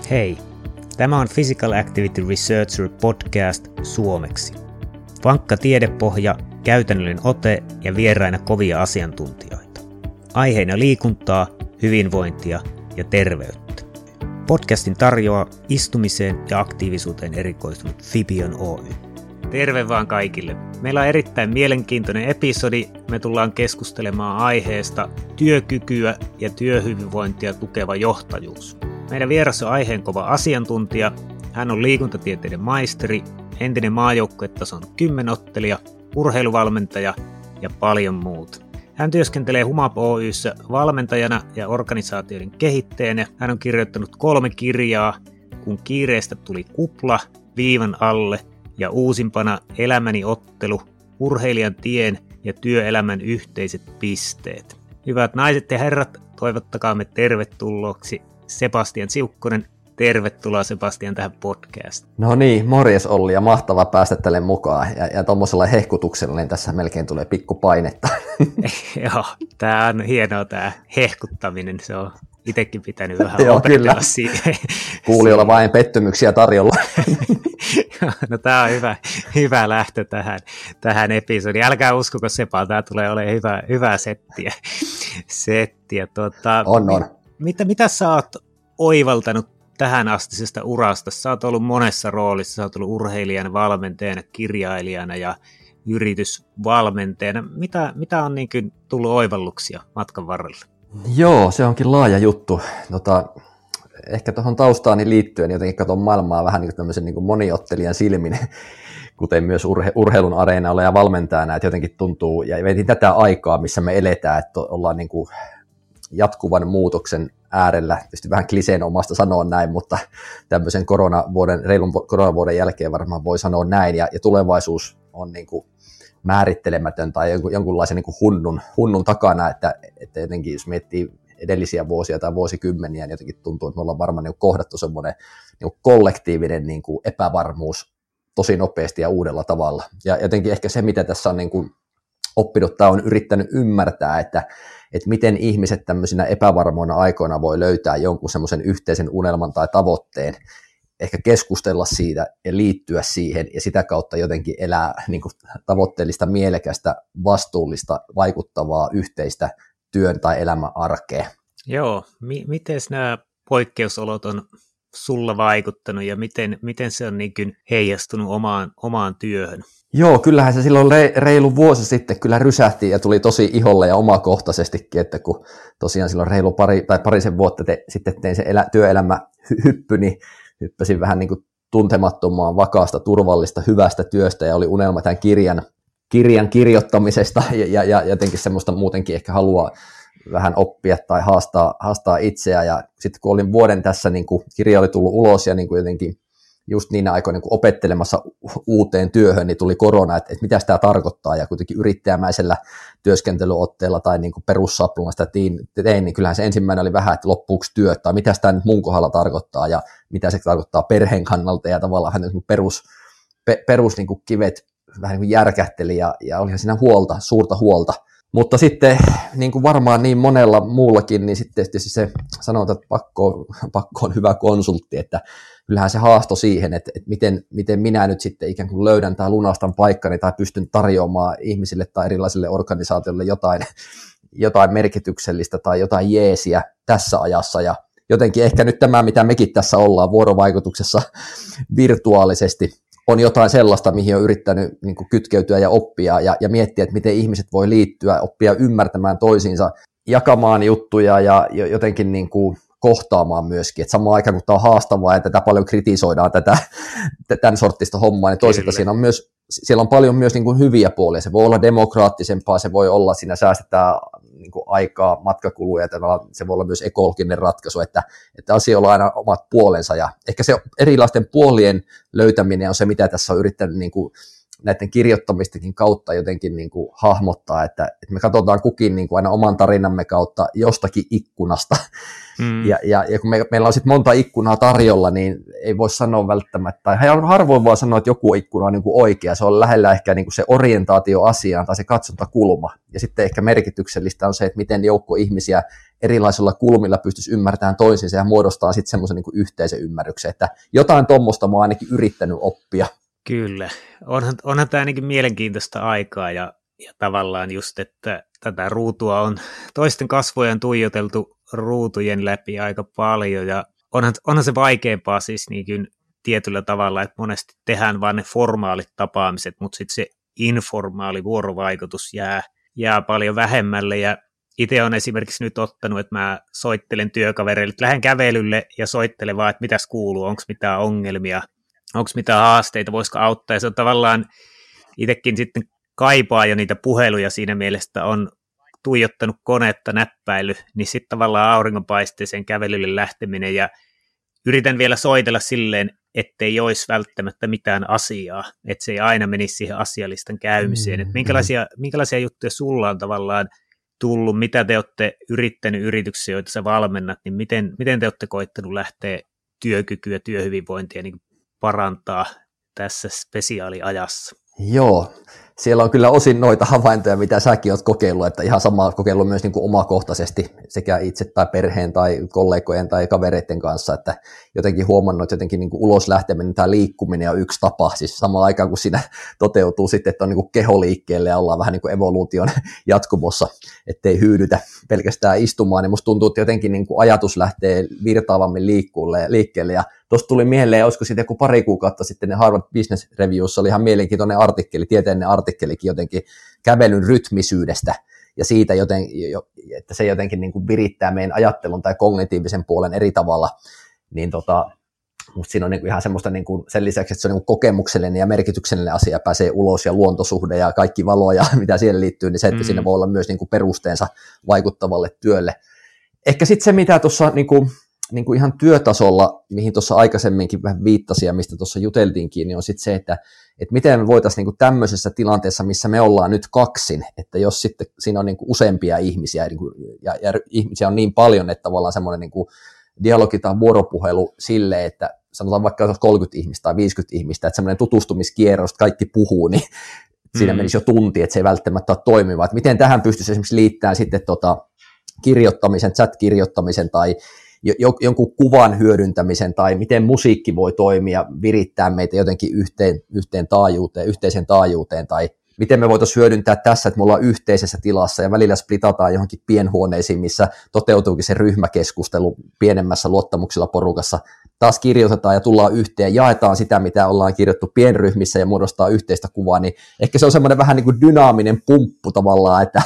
Hei, tämä on Physical Activity Researcher podcast suomeksi. Vankka tiedepohja, käytännöllinen ote ja vieraina kovia asiantuntijoita. Aiheina liikuntaa, hyvinvointia ja terveyttä. Podcastin tarjoaa istumiseen ja aktiivisuuteen erikoistunut Fibion Oy. Terve vaan kaikille. Meillä on erittäin mielenkiintoinen episodi. Me tullaan keskustelemaan aiheesta työkykyä ja työhyvinvointia tukeva johtajuus. Meidän vieras on aiheenkova asiantuntija. Hän on liikuntatieteiden maisteri, entinen maajoukkuetason 10-ottelija, urheiluvalmentaja ja paljon muuta. Hän työskentelee Humap Oy:ssä valmentajana ja organisaatioiden kehittäjänä. Hän on kirjoittanut 3 kirjaa, kun kiireestä tuli kupla, viivan alle ja uusimpana Elämäni ottelu, urheilijan tien ja työelämän yhteiset pisteet. Hyvät naiset ja herrat, toivottakaamme tervetulleeksi Sebastian Siukkonen. Tervetuloa Sebastian tähän podcastiin. No niin, morjes Olli ja mahtava päästä tälle mukaan. Ja tuommoisella hehkutuksella niin tässä melkein tulee pikku painetta. Joo, tämä on hienoa tämä hehkuttaminen, se on itsekin pitänyt vähän opetella siihen. Kuulijoilla vain pettymyksiä tarjolla. No tämä on hyvä lähtö tähän episodiin. Älkää uskoko Sepa, tämä tulee olemaan hyvää settiä. On. Mitä sä oot oivaltanut tähän astisesta urasta? Sä oot ollut monessa roolissa, sä oot ollut urheilijana, valmentajana, kirjailijana ja yritysvalmentajana. Mitä on niin kuin tullut oivalluksia matkan varrella? Joo, se onkin laaja juttu. Ehkä tuohon taustaani liittyen jotenkin katson maailmaa vähän niin kuin tämmöisen niin kuin moniottelijan silmin, kuten myös urheilun areenalla ja valmentajana, että jotenkin tuntuu, ja mietin tätä aikaa, missä me eletään, että ollaan niin kuin jatkuvan muutoksen äärellä, tietysti vähän kliseenomaista sanoa näin, mutta tämmöisen reilun koronavuoden jälkeen varmaan voi sanoa näin, ja tulevaisuus on niin kuin määrittelemätön tai jonkunlaisen niin kuin hunnun takana, että jotenkin jos miettii edellisiä vuosia tai vuosikymmeniä, niin jotenkin tuntuu, että me ollaan varmaan niin kohdattu semmoinen niin kollektiivinen niin kuin epävarmuus tosi nopeasti ja uudella tavalla. Ja jotenkin ehkä se, mitä tässä on niin kuin oppinut tai on yrittänyt ymmärtää, että miten ihmiset tämmöisinä epävarmoina aikoina voi löytää jonkun semmoisen yhteisen unelman tai tavoitteen, ehkä keskustella siitä ja liittyä siihen ja sitä kautta jotenkin elää niin kuin tavoitteellista, mielekästä, vastuullista, vaikuttavaa yhteistä työn tai elämän arkea. Joo, miten nämä poikkeusolot on sulla vaikuttanut ja miten se on niin kuin heijastunut omaan työhön? Joo, kyllähän se silloin reilu vuosi sitten kyllä rysähti ja tuli tosi iholle ja omakohtaisestikin, että kun tosiaan silloin reilu parisen vuotta sitten tein se työelämä hyppy, niin hyppäsin vähän niin kuin tuntemattomaan, vakaasta, turvallista, hyvästä työstä ja oli unelma tämän kirjan kirjoittamisesta ja jotenkin semmoista muutenkin ehkä haluaa vähän oppia tai haastaa itseä ja sitten kun olin vuoden tässä, niin kuin kirja oli tullut ulos ja niin kuin jotenkin just niinä aikoina niin opettelemassa uuteen työhön, niin tuli korona, että mitä sitä tarkoittaa ja kuitenkin yrittäjämäisellä työskentelyotteella tai niin perussapluna sitä tein, niin kyllähän se ensimmäinen oli vähän, että loppuuko työt tai mitä sitä nyt mun kohdalla tarkoittaa ja mitä se tarkoittaa perheen kannalta ja tavallaan perus niin kuin kivet vähän niin kuin järkähteli ja olihan siinä suurta huolta. Mutta sitten niin kuin varmaan niin monella muullakin, niin sitten tietysti se sanotaan, että pakko on hyvä konsultti, että kyllähän se haasto siihen, että miten minä nyt sitten ikään kuin löydän tai lunastan paikkani tai pystyn tarjoamaan ihmisille tai erilaisille organisaatioille jotain merkityksellistä tai jotain jeesiä tässä ajassa ja jotenkin ehkä nyt tämä, mitä mekin tässä ollaan vuorovaikutuksessa virtuaalisesti, on jotain sellaista, mihin on yrittänyt niin kuin kytkeytyä ja oppia ja miettiä, että miten ihmiset voi liittyä, oppia ymmärtämään toisiinsa, jakamaan juttuja ja jotenkin niin kuin kohtaamaan myöskin. Et samaan aikaan, kun tämä on haastavaa ja tätä paljon kritisoidaan tämän sorttista hommaa, niin toisaalta siellä on paljon myös niin kuin hyviä puolia. Se voi olla demokraattisempaa, se voi olla, siinä säästetään niin kuin aikaa, matkakuluja, se voi olla myös ekologinen ratkaisu, että asioilla on aina omat puolensa ja ehkä se erilaisten puolien löytäminen on se, mitä tässä on yrittänyt niin kuin näiden kirjoittamistakin kautta jotenkin niin kuin hahmottaa, että me katsotaan kukin niin kuin aina oman tarinamme kautta jostakin ikkunasta. Ja kun meillä on sitten monta ikkunaa tarjolla, niin ei voi sanoa välttämättä, tai harvoin voi sanoa, että joku ikkuna on niin kuin oikea. Se on lähellä ehkä niin kuin se orientaatio asiaan tai se katsontakulma. Ja sitten ehkä merkityksellistä on se, että miten joukko ihmisiä erilaisilla kulmilla pystyisi ymmärtämään toisensa ja muodostaa sitten semmoisen niin kuin yhteisen ymmärryksen, että jotain tuommoista mä oon ainakin yrittänyt oppia. Kyllä, onhan tämä ainakin mielenkiintoista aikaa ja tavallaan just, että tätä ruutua on toisten kasvojen tuijoteltu ruutujen läpi aika paljon ja onhan se vaikeampaa siis niin kuin tietyllä tavalla, että monesti tehdään vain ne formaalit tapaamiset, mutta sitten se informaali vuorovaikutus jää paljon vähemmälle ja itse olen esimerkiksi nyt ottanut, että mä soittelen työkavereille, että lähden kävelylle ja soittelen vaan, että mitäs kuuluu, onko mitään ongelmia, onko mitään haasteita, voisiko auttaa ja se on tavallaan itsekin sitten kaipaa jo niitä puheluja siinä mielessä, että on tuijottanut konetta, näppäily, niin sitten tavallaan auringonpaisteeseen kävelylle lähteminen ja yritän vielä soitella silleen, ettei olisi välttämättä mitään asiaa, että se ei aina menisi siihen asialistan käymiseen. Että minkälaisia juttuja sulla on tavallaan tullut, mitä te olette yrittänyt yrityksiä, joita sä valmennat, niin miten te olette koittanut lähteä työkykyä, työhyvinvointia niin parantaa tässä spesiaaliajassa? Joo, siellä on kyllä osin noita havaintoja, mitä säkin oot kokeillut, että ihan samaa kokeillut myös niin kuin omakohtaisesti sekä itse tai perheen tai kollegojen tai kavereiden kanssa, että jotenkin huomannut, että jotenkin niin kuin ulos lähteminen tai liikkuminen on yksi tapa, siis samaan aikaan kun siinä toteutuu sitten, että on niin kuin keho liikkeelle ja ollaan vähän niin kuin evoluution jatkumossa, ettei hyydytä pelkästään istumaan, niin musta tuntuu, että jotenkin niin kuin ajatus lähtee virtaavammin liikkeelle ja tuosta tuli mieleen, olisiko sitten joku pari kuukautta sitten ne Harvard Business Reviewssa oli ihan mielenkiintoinen artikkeli, tieteellinen artikkelikin jotenkin kävelyn rytmisyydestä ja siitä, että se jotenkin niin kuin virittää meidän ajattelun tai kognitiivisen puolen eri tavalla, niin musta siinä on niin kuin ihan semmoista niin kuin sen lisäksi, että se on niin kuin kokemuksellinen ja merkityksellinen asia, pääsee ulos ja luontosuhde ja kaikki valo ja mitä siihen liittyy, niin se, että siinä voi olla myös niin kuin perusteensa vaikuttavalle työlle. Ehkä sitten se, mitä tuossa niin kuin ihan työtasolla, mihin tuossa aikaisemminkin vähän viittasin ja mistä tuossa juteltiinkin, niin on sitten se, että miten me voitaisiin niin kuin tämmöisessä tilanteessa, missä me ollaan nyt kaksin, että jos sitten siinä on niin kuin useampia ihmisiä ja ihmisiä on niin paljon, että tavallaan semmoinen niin kuin dialogi tai vuoropuhelu sille, että sanotaan vaikka 30 ihmistä tai 50 ihmistä, että semmoinen tutustumiskierros, kaikki puhuu, niin siinä menisi jo tunti, että se ei välttämättä ole toimiva. Että miten tähän pystyisi esimerkiksi liittämään sitten kirjoittamisen, chat-kirjoittamisen tai jonkun kuvan hyödyntämisen tai miten musiikki voi toimia, virittää meitä jotenkin yhteiseen taajuuteen tai miten me voitaisiin hyödyntää tässä, että me ollaan yhteisessä tilassa ja välillä splitataan johonkin pienhuoneisiin, missä toteutuukin se ryhmäkeskustelu pienemmässä luottamuksella porukassa. Taas kirjoitetaan ja tullaan yhteen, jaetaan sitä, mitä ollaan kirjoittu pienryhmissä ja muodostaa yhteistä kuvaa, niin ehkä se on semmoinen vähän niin kuin dynaaminen pumppu tavallaan, että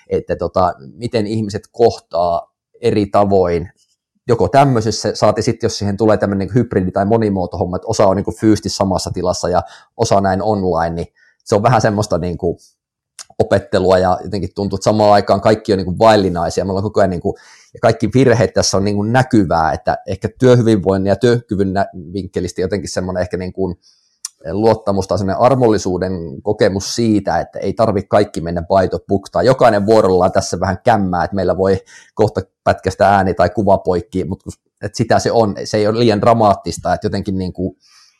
miten ihmiset kohtaa eri tavoin joko tämmöisessä, saati sitten, jos siihen tulee tämmöinen niin hybridi- tai monimuotohomma, että osa on niin fyysisesti samassa tilassa ja osa näin online, niin se on vähän semmoista niin kuin opettelua ja jotenkin tuntuu, että samaan aikaan kaikki on niin kuin vaillinaisia. Me ollaan koko ajan, niin kuin, ja kaikki virheet tässä on niin kuin näkyvää, että ehkä työhyvinvoinnin ja työkyvyn vinkkelistä jotenkin semmoinen ehkä niin kuin luottamus tai semmoinen armollisuuden kokemus siitä, että ei tarvitse kaikki mennä by the book, tai jokainen vuorollaan tässä vähän kämmää, että meillä voi kohta pätkästä ääni tai kuva poikki, mutta että sitä se ei ole liian dramaattista, että jotenkin niin kuin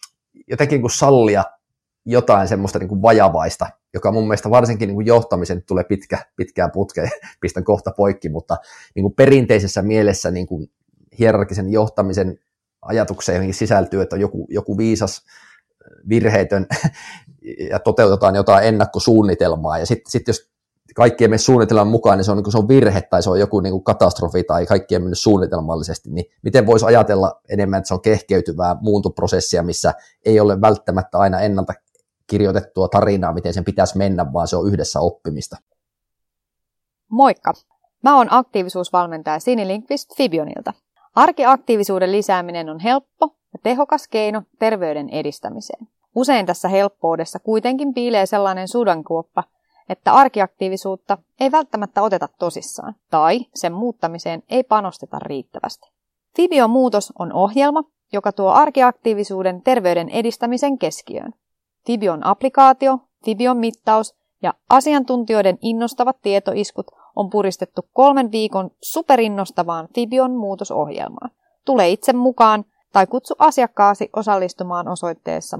sallia jotain semmoista niin kuin vajavaista, joka mun mielestä varsinkin niin kuin johtamisen tulee pitkään putkeen, pistän kohta poikki, mutta niin kuin perinteisessä mielessä niin kuin hierarkisen johtamisen ajatukseen sisältyy, että on joku viisas, virheetön ja toteutetaan jotain ennakkosuunnitelmaa ja sitten jos kaikki ei mene suunnitelman mukaan, niin se on virhe tai se on joku niin kuin katastrofi tai kaikki ei mennyt suunnitelmallisesti, niin miten voisi ajatella enemmän, että se on kehkeytyvää muuntoprosessia, missä ei ole välttämättä aina ennalta kirjoitettua tarinaa, miten sen pitäisi mennä, vaan se on yhdessä oppimista. Moikka! Mä oon aktiivisuusvalmentaja Sini Lindqvist Fibionilta. Arkiaktiivisuuden lisääminen on helppo ja tehokas keino terveyden edistämiseen. Usein tässä helppoudessa kuitenkin piilee sellainen sudankuoppa, että arkiaktiivisuutta ei välttämättä oteta tosissaan tai sen muuttamiseen ei panosteta riittävästi. Fibion muutos on ohjelma, joka tuo arkiaktiivisuuden terveyden edistämisen keskiöön. Fibion applikaatio, Fibion mittaus ja asiantuntijoiden innostavat tietoiskut on puristettu 3 viikon superinnostavaan Fibion muutosohjelmaan. Tule itse mukaan tai kutsu asiakkaasi osallistumaan osoitteessa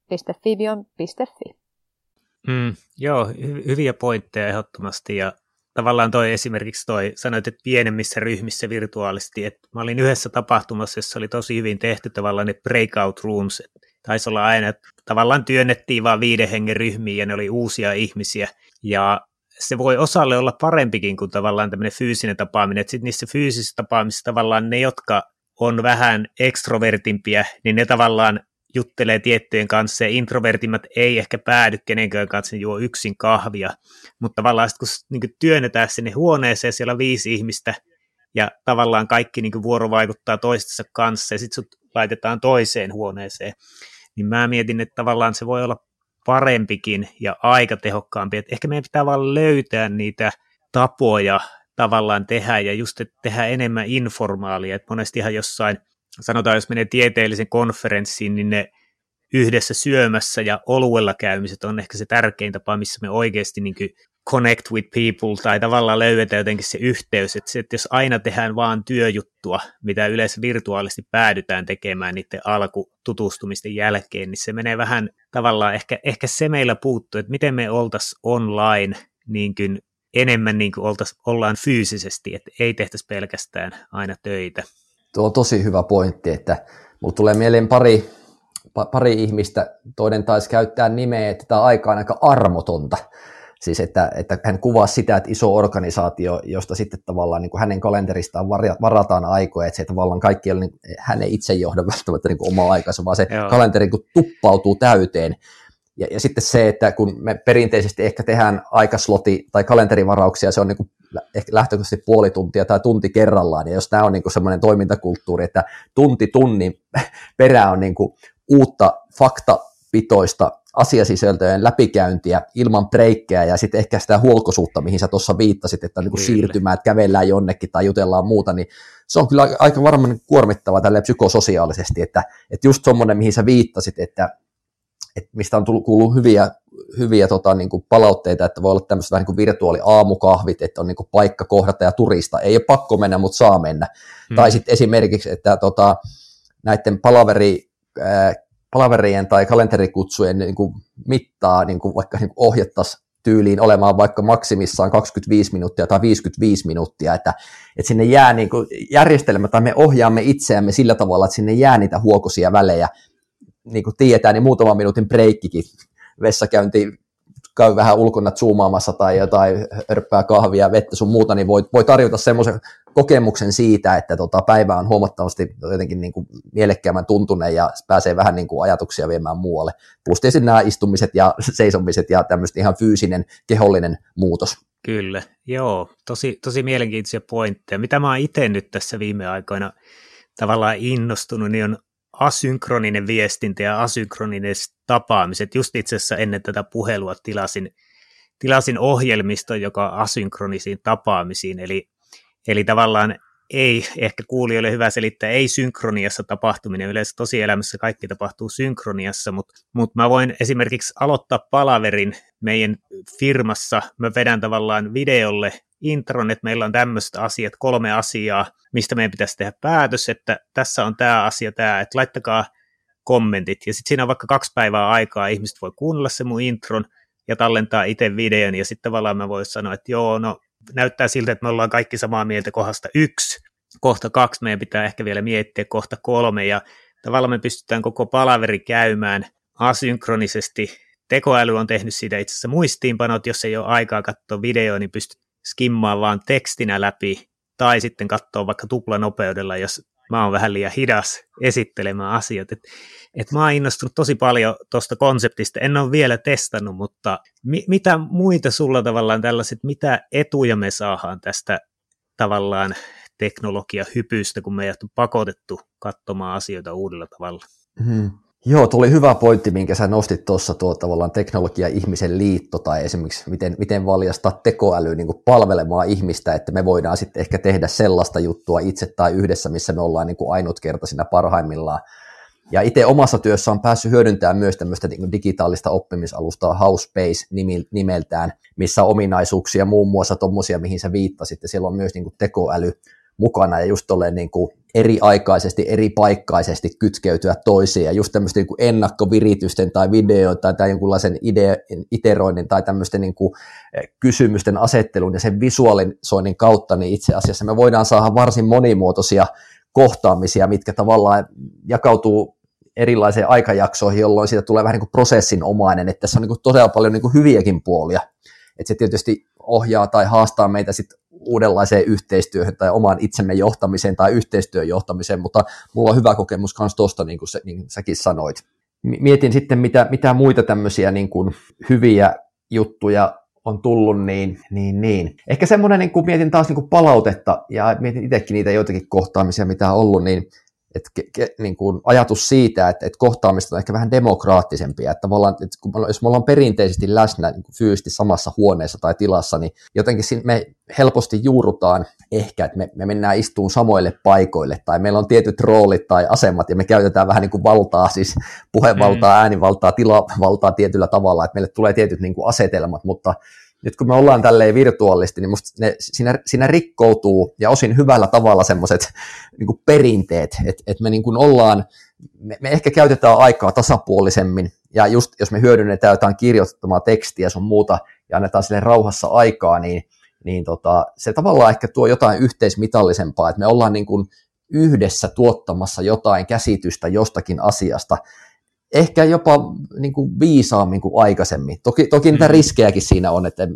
muutos.fibion.fi. Joo, hyviä pointteja ehdottomasti ja tavallaan esimerkiksi sanoit, että pienemmissä ryhmissä virtuaalisesti, että mä olin yhdessä tapahtumassa, jossa oli tosi hyvin tehty tavallaan ne breakout rooms, taisi olla aina, että tavallaan työnnettiin vaan 5 hengen ryhmiin ja ne oli uusia ihmisiä, ja se voi osalle olla parempikin kuin tavallaan tämmöinen fyysinen tapaaminen, että sitten niissä fyysisissä tapaamisissa tavallaan ne, jotka on vähän ekstrovertimpiä, niin ne tavallaan juttelee tiettyjen kanssa, ja introvertimmat ei ehkä päädy kenenkään kanssa, juo yksin kahvia, mutta tavallaan sitten kun niin työnnetään sinne huoneeseen, siellä on 5 ihmistä, ja tavallaan kaikki niin vuorovaikuttaa toistensa kanssa, ja sitten sut laitetaan toiseen huoneeseen, niin mä mietin, että tavallaan se voi olla parempikin ja aika tehokkaampi, että ehkä meidän pitää vaan löytää niitä tapoja tavallaan tehdä, ja just että tehdä enemmän informaalia, että monesti ihan jossain, sanotaan jos menee tieteellisen konferenssiin, niin ne yhdessä syömässä ja oluella käymiset on ehkä se tärkein tapa, missä me oikeasti niin kuin connect with people, tai tavallaan löydetään jotenkin se yhteys, että jos aina tehdään vaan työjuttua, mitä yleensä virtuaalisesti päädytään tekemään niiden alkututustumisten jälkeen, niin se menee vähän tavallaan, ehkä se meillä puuttuu, että miten me oltaisiin online niin kuin enemmän niin kuin ollaan fyysisesti, että ei tehtäisi pelkästään aina töitä. Tuo on tosi hyvä pointti, että mulla tulee mieleen pari ihmistä, toinen taisi käyttää nimeä, että tämä aika on aika armotonta. Siis että hän kuvaa sitä, että iso organisaatio, josta sitten tavallaan niin kuin hänen kalenteristaan varataan aikoja, että se tavallaan kaikki ei ole, niin, hän ei itse johda välttämättä niin kuin omaa aikansa, vaan se kalenteri niin kuin tuppautuu täyteen. Ja sitten se, että kun me perinteisesti ehkä tehdään aikasloti tai kalenterivarauksia, se on niin kuin ehkä lähtökohtaisesti puoli tuntia tai tunti kerrallaan, ja jos tämä on niin kuin semmoinen toimintakulttuuri, että tunti tunnin perään on niin kuin uutta faktapitoista asiasisältöjen läpikäyntiä ilman breikkejä ja sitten ehkä sitä huolkoisuutta, mihin sä tuossa viittasit, että on niin kuin siirtymään, että kävellään jonnekin tai jutellaan muuta, niin se on kyllä aika varmaan kuormittava tälleen psykososiaalisesti, että just semmoinen, mihin sä viittasit, että mistä on kuullut hyviä niin kuin palautteita, että voi olla tämmöistä vähän niin kuin virtuaaliaamukahvit, että on niin kuin paikka kohdata ja turista, ei ole pakko mennä, mutta saa mennä. Tai sitten esimerkiksi, että näiden palaverien tai kalenterikutsujen niin kuin mittaa niin kuin vaikka niin kuin ohjattaisiin tyyliin olemaan vaikka maksimissaan 25 minuuttia tai 55 minuuttia, että sinne jää niin kuin järjestelmä tai me ohjaamme itseämme sillä tavalla, että sinne jää niitä huokoisia välejä, niin kuin tiedetään, niin muutaman minuutin breikkikin, vessakäynti, käy vähän ulkona zoomaamassa tai jotain hörppää kahvia, vettä sun muuta, niin voi tarjota semmoisen kokemuksen siitä, että päivä on huomattavasti jotenkin niin kuin mielekkäämmän tuntunen ja pääsee vähän niin kuin ajatuksia viemään muualle. Plus tietysti nämä istumiset ja seisomiset ja tämmöistä ihan fyysinen, kehollinen muutos. Kyllä, joo, tosi mielenkiintoisia pointteja. Mitä mä oon itse nyt tässä viime aikoina tavallaan innostunut, niin on asynkroninen viestintä ja asynkroninen tapaamiset. Just itse asiassa ennen tätä puhelua tilasin ohjelmiston, joka on asynkronisiin tapaamisiin, eli tavallaan ei, ehkä kuulijoille hyvä selittää, ei synkroniassa tapahtuminen. Yleensä tosielämässä kaikki tapahtuu synkroniassa, mutta mä voin esimerkiksi aloittaa palaverin meidän firmassa. Mä vedän tavallaan videolle intron, että meillä on tämmöiset asiat, 3 asiaa, mistä meidän pitäisi tehdä päätös, että tässä on tämä asia, että laittakaa kommentit. Ja sitten siinä on vaikka 2 päivää aikaa, ihmiset voi kuunnella se mun intron ja tallentaa itse videon, ja sitten tavallaan mä voin sanoa, että joo, no näyttää siltä, että me ollaan kaikki samaa mieltä kohdasta 1, kohta 2 meidän pitää ehkä vielä miettiä kohta 3, ja tavallaan me pystytään koko palaveri käymään asynkronisesti. Tekoäly on tehnyt siitä itse asiassa muistiinpanot, jos ei ole aikaa katsoa videoa, niin pystyt skimmaamaan vaan tekstinä läpi, tai sitten katsoa vaikka tuplanopeudella, jos mä oon vähän liian hidas esittelemään asiat. Et mä oon innostunut tosi paljon tuosta konseptista, en ole vielä testannut, mutta mitä muita sulla tavallaan tällaiset, mitä etuja me saadaan tästä tavallaan teknologiahypystä, kun meidät on pakotettu katsomaan asioita uudella tavalla? Mm-hmm. Joo, tuli hyvä pointti, minkä sä nostit tuossa, tuo tavallaan teknologia ihmisen liitto, tai esimerkiksi miten valjastaa tekoäly niin kuin palvelemaan ihmistä, että me voidaan sitten ehkä tehdä sellaista juttua itse tai yhdessä, missä me ollaan niin kuin ainutkertaisina parhaimmillaan. Ja itse omassa työssä on päässyt hyödyntämään myös tämmöistä niin kuin digitaalista oppimisalustaa Housebase nimeltään, missä on ominaisuuksia muun muassa tommosia, mihin sä viittasit, ja siellä on myös niin kuin tekoäly mukana, ja just tolleen niin kuin eri-aikaisesti, eri-paikkaisesti kytkeytyä toisiin, ja just tämmöisten niin kuin ennakkoviritysten tai videoita tai jonkunlaisen iteroinnin tai tämmöisten niin kuin kysymysten asettelun ja sen visualisoinnin kautta, niin itse asiassa me voidaan saada varsin monimuotoisia kohtaamisia, mitkä tavallaan jakautuu erilaisiin aikajaksoihin, jolloin siitä tulee vähän niin kuin prosessinomainen, että tässä on niin kuin todella paljon niin kuin hyviäkin puolia, että se tietysti ohjaa tai haastaa meitä sitten uudenlaiseen yhteistyöhön tai omaan itsemme johtamiseen tai yhteistyön johtamiseen, mutta mulla on hyvä kokemus myös tuosta, niin kuin säkin sanoit. Mietin sitten, mitä muita tämmöisiä niin kuin hyviä juttuja on tullut, niin. Ehkä semmoinen, niin kuin mietin taas niin kuin palautetta, ja mietin itsekin niitä joitakin kohtaamisia, mitä on ollut, niin niin kuin ajatus siitä, että kohtaamista on ehkä vähän demokraattisempia, että tavallaan, että jos me ollaan perinteisesti läsnä niin kuin fyysisesti samassa huoneessa tai tilassa, niin jotenkin me helposti juurrutaan ehkä, että me mennään istuun samoille paikoille, tai meillä on tietyt roolit tai asemat, ja me käytetään vähän niin kuin valtaa, siis puhevaltaa, äänivaltaa, tilavaltaa tietyllä tavalla, että meille tulee tietyt niin kuin asetelmat, mutta nyt kun me ollaan tälleen virtuaalisesti, niin musta siinä rikkoutuu ja osin hyvällä tavalla semmoiset niin kuin perinteet, että me niin kuin me ehkä käytetään aikaa tasapuolisemmin, ja just jos me hyödynnetään jotain kirjoittamaa tekstiä sun muuta ja annetaan sille rauhassa aikaa, niin se tavallaan ehkä tuo jotain yhteismitallisempaa, että me ollaan niin kuin yhdessä tuottamassa jotain käsitystä jostakin asiasta, ehkä jopa niin kuin viisaammin kuin aikaisemmin. Toki niitä riskejäkin siinä on, että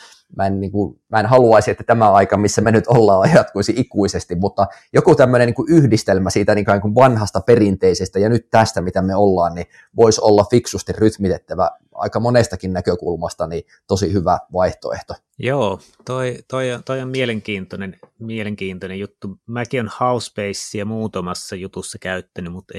mä en haluaisi, että tämä aika, missä me nyt ollaan, jatkuisi ikuisesti, mutta joku tämmöinen niin kuin yhdistelmä siitä niin kuin vanhasta perinteisestä ja nyt tästä, mitä me ollaan, niin voisi olla fiksusti rytmitettävä aika monestakin näkökulmasta, niin tosi hyvä vaihtoehto. Joo, toi on mielenkiintoinen juttu. Mäkin olen Housebasea muutamassa jutussa käyttänyt, mutta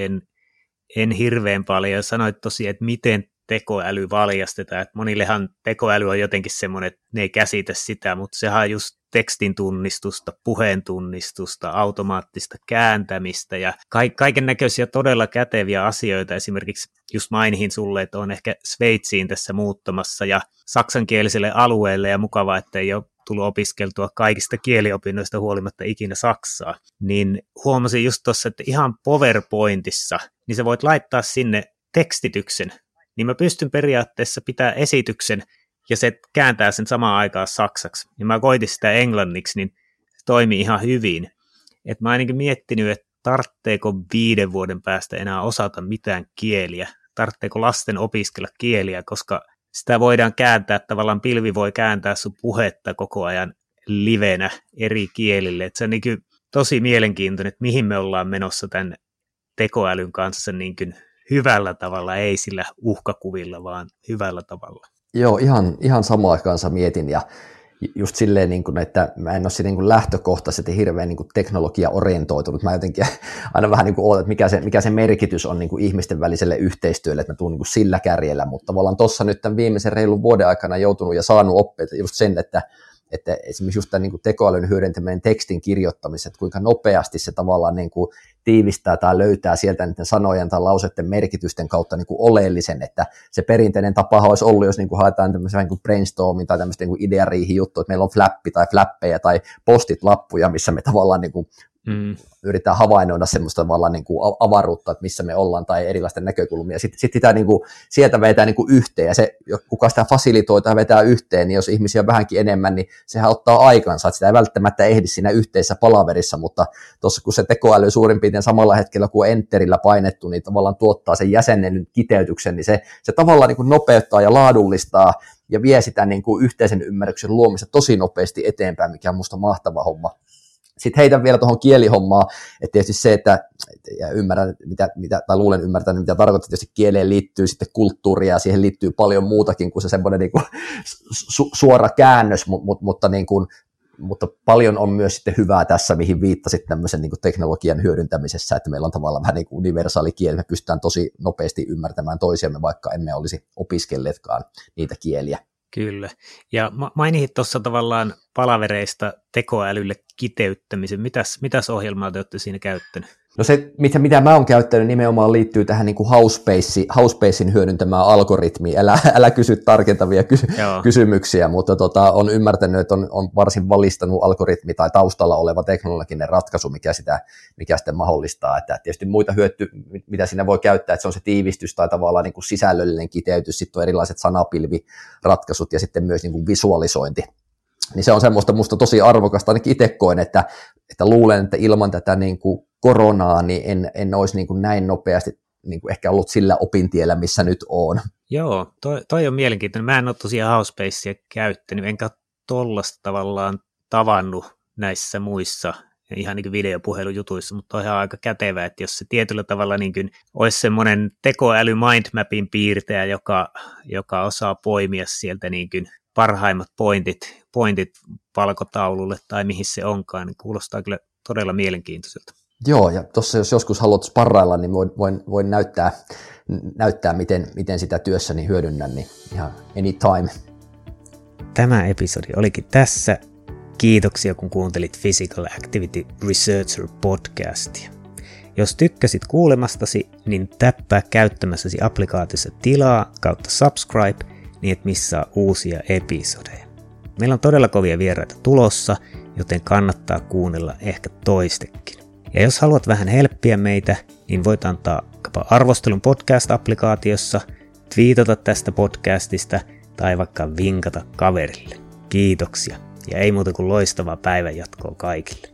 en hirveän paljon. Sanoit tosiaan, että miten tekoäly valjastetaan. Että monillehan tekoäly on jotenkin semmoinen, että ne ei käsitä sitä, mutta sehän on just tekstin tunnistusta, puheen tunnistusta, automaattista kääntämistä ja kaiken näköisiä todella käteviä asioita. Esimerkiksi just mainihin sulle, että on ehkä Sveitsiin tässä muuttamassa ja saksankieliselle alueelle ja mukavaa, että ei ole tullut opiskeltua kaikista kieliopinnoista huolimatta ikinä saksaa, niin huomasin just tuossa, että ihan PowerPointissa, niin sä voit laittaa sinne tekstityksen, niin mä pystyn periaatteessa pitämään esityksen, ja se kääntää sen samaan aikaan saksaksi. Ja mä koitin sitä englanniksi, niin se toimii ihan hyvin. Et mä ainakin miettinyt, että tarvitseeko 5 vuoden päästä enää osata mitään kieliä, tarvitseeko lasten opiskella kieliä, koska sitä voidaan kääntää, tavallaan pilvi voi kääntää sun puhetta koko ajan livenä eri kielille. Et se on niin kuin tosi mielenkiintoinen, että mihin me ollaan menossa tämän tekoälyn kanssa niin kuin hyvällä tavalla, ei sillä uhkakuvilla, vaan hyvällä tavalla. Joo, ihan samaa kanssa mietin, ja just silleen, niin kuin, että mä en ole niin kuin lähtökohtaisesti hirveän niin kuin teknologia-orientoitunut. Mä jotenkin aina vähän niin kuin ootan, että mikä se merkitys on niin kuin ihmisten väliselle yhteistyölle, että mä tuun niin kuin sillä kärjellä, mutta tavallaan tuossa nyt tämän viimeisen reilun vuoden aikana joutunut ja saanut oppia just sen, että esimerkiksi just tämän niin kuin tekoälyn hyödyntäminen tekstin kirjoittamisessa, että kuinka nopeasti se tavallaan niin kuin tiivistää tai löytää sieltä niiden sanojen tai lauseiden merkitysten kautta niin kuin oleellisen, että se perinteinen tapa olisi ollut, jos niin kuin haetaan tämmöisen niin kuin brainstormin tai tämmöistä niin kuin ideariihijuttua, että meillä on flappi tai flappeja tai postit-lappuja, missä me tavallaan niin kuin yritetään havainnoida semmoista tavallaan niin kuin avaruutta, että missä me ollaan tai erilaisten näkökulmia. Sitten sitä niin kuin, sieltä vetää niin kuin yhteen, ja se, kuka sitä fasilitoi tai vetää yhteen, niin jos ihmisiä on vähänkin enemmän, niin sehän ottaa aikansa, että sitä ei välttämättä ehdi siinä yhteisessä palaverissa, mutta tuossa kun se tekoäly suurin piirtein samalla hetkellä kuin enterillä painettu, niin tavallaan tuottaa sen jäsennellyn kiteytyksen, niin se tavallaan niin kuin nopeuttaa ja laadullistaa ja vie sitä niin kuin yhteisen ymmärryksen luomista tosi nopeasti eteenpäin, mikä on musta mahtava homma. Sitten heitän vielä tuohon kielihommaan, että tietysti se, että ja ymmärrän, tai luulen ymmärtänyt, mitä tarkoittaa, tietysti kieleen liittyy sitten kulttuuria, ja siihen liittyy paljon muutakin kuin se semmoinen niin kuin suora käännös, mutta paljon on myös sitten hyvää tässä, mihin viittasit tämmöisen niin kuin teknologian hyödyntämisessä, että meillä on tavallaan vähän niin kuin universaali kieli, me pystytään tosi nopeasti ymmärtämään toisiamme, vaikka emme olisi opiskelleetkaan niitä kieliä. Kyllä, ja mainitsit tuossa tavallaan palavereista tekoälylle kiteyttämisen. Mitäs ohjelmaa te olette siinä käyttänyt? No se, mitä mä oon käyttänyt, nimenomaan liittyy tähän niin kuin Housepacein hyödyntämään algoritmiin. Älä kysy tarkentavia kysymyksiä, mutta on ymmärtänyt, että on varsin valistanut algoritmi tai taustalla oleva teknologinen ratkaisu, mikä sitten mahdollistaa. Että tietysti muita hyötyjä, mitä siinä voi käyttää, että se on se tiivistys tai tavallaan niin kuin sisällöllinen kiteytys, sitten on erilaiset sanapilviratkaisut ja sitten myös niin kuin visualisointi. Niin se on semmoista musta tosi arvokasta, ainakin itse koen, että luulen, että ilman tätä niin kuin koronaa, niin en olisi niin kuin näin nopeasti niin kuin ehkä ollut sillä opintiellä, missä nyt on. Joo, toi on mielenkiintoinen. Mä en ole tosiaan Housepacea käyttänyt, enkä tollasta tavallaan tavannut näissä muissa ihan niin kuin videopuhelujutuissa, mutta on ihan aika kätevä, että jos se tietyllä tavalla niin kuin olisi semmoinen tekoäly mindmapin piirtäjä, joka osaa poimia sieltä niin kuin parhaimmat pointit palkotaululle tai mihin se onkaan, niin kuulostaa kyllä todella mielenkiintoiselta. Joo, ja tuossa jos joskus haluat sparrailla, niin voin näyttää miten sitä työssäni hyödynnän, niin ihan anytime. Tämä episodi olikin tässä. Kiitoksia, kun kuuntelit Physical Activity Researcher podcastia. Jos tykkäsit kuulemastasi, niin täppää käyttämässäsi applikaatiossa tilaa kautta subscribe, niin et missaa uusia episodeja. Meillä on todella kovia vieraita tulossa, joten kannattaa kuunnella ehkä toistekin. Ja jos haluat vähän helppiä meitä, niin voit antaa arvostelun podcast-applikaatiossa, twiitata tästä podcastista tai vaikka vinkata kaverille. Kiitoksia ja ei muuta kuin loistavaa päivänjatkoa kaikille.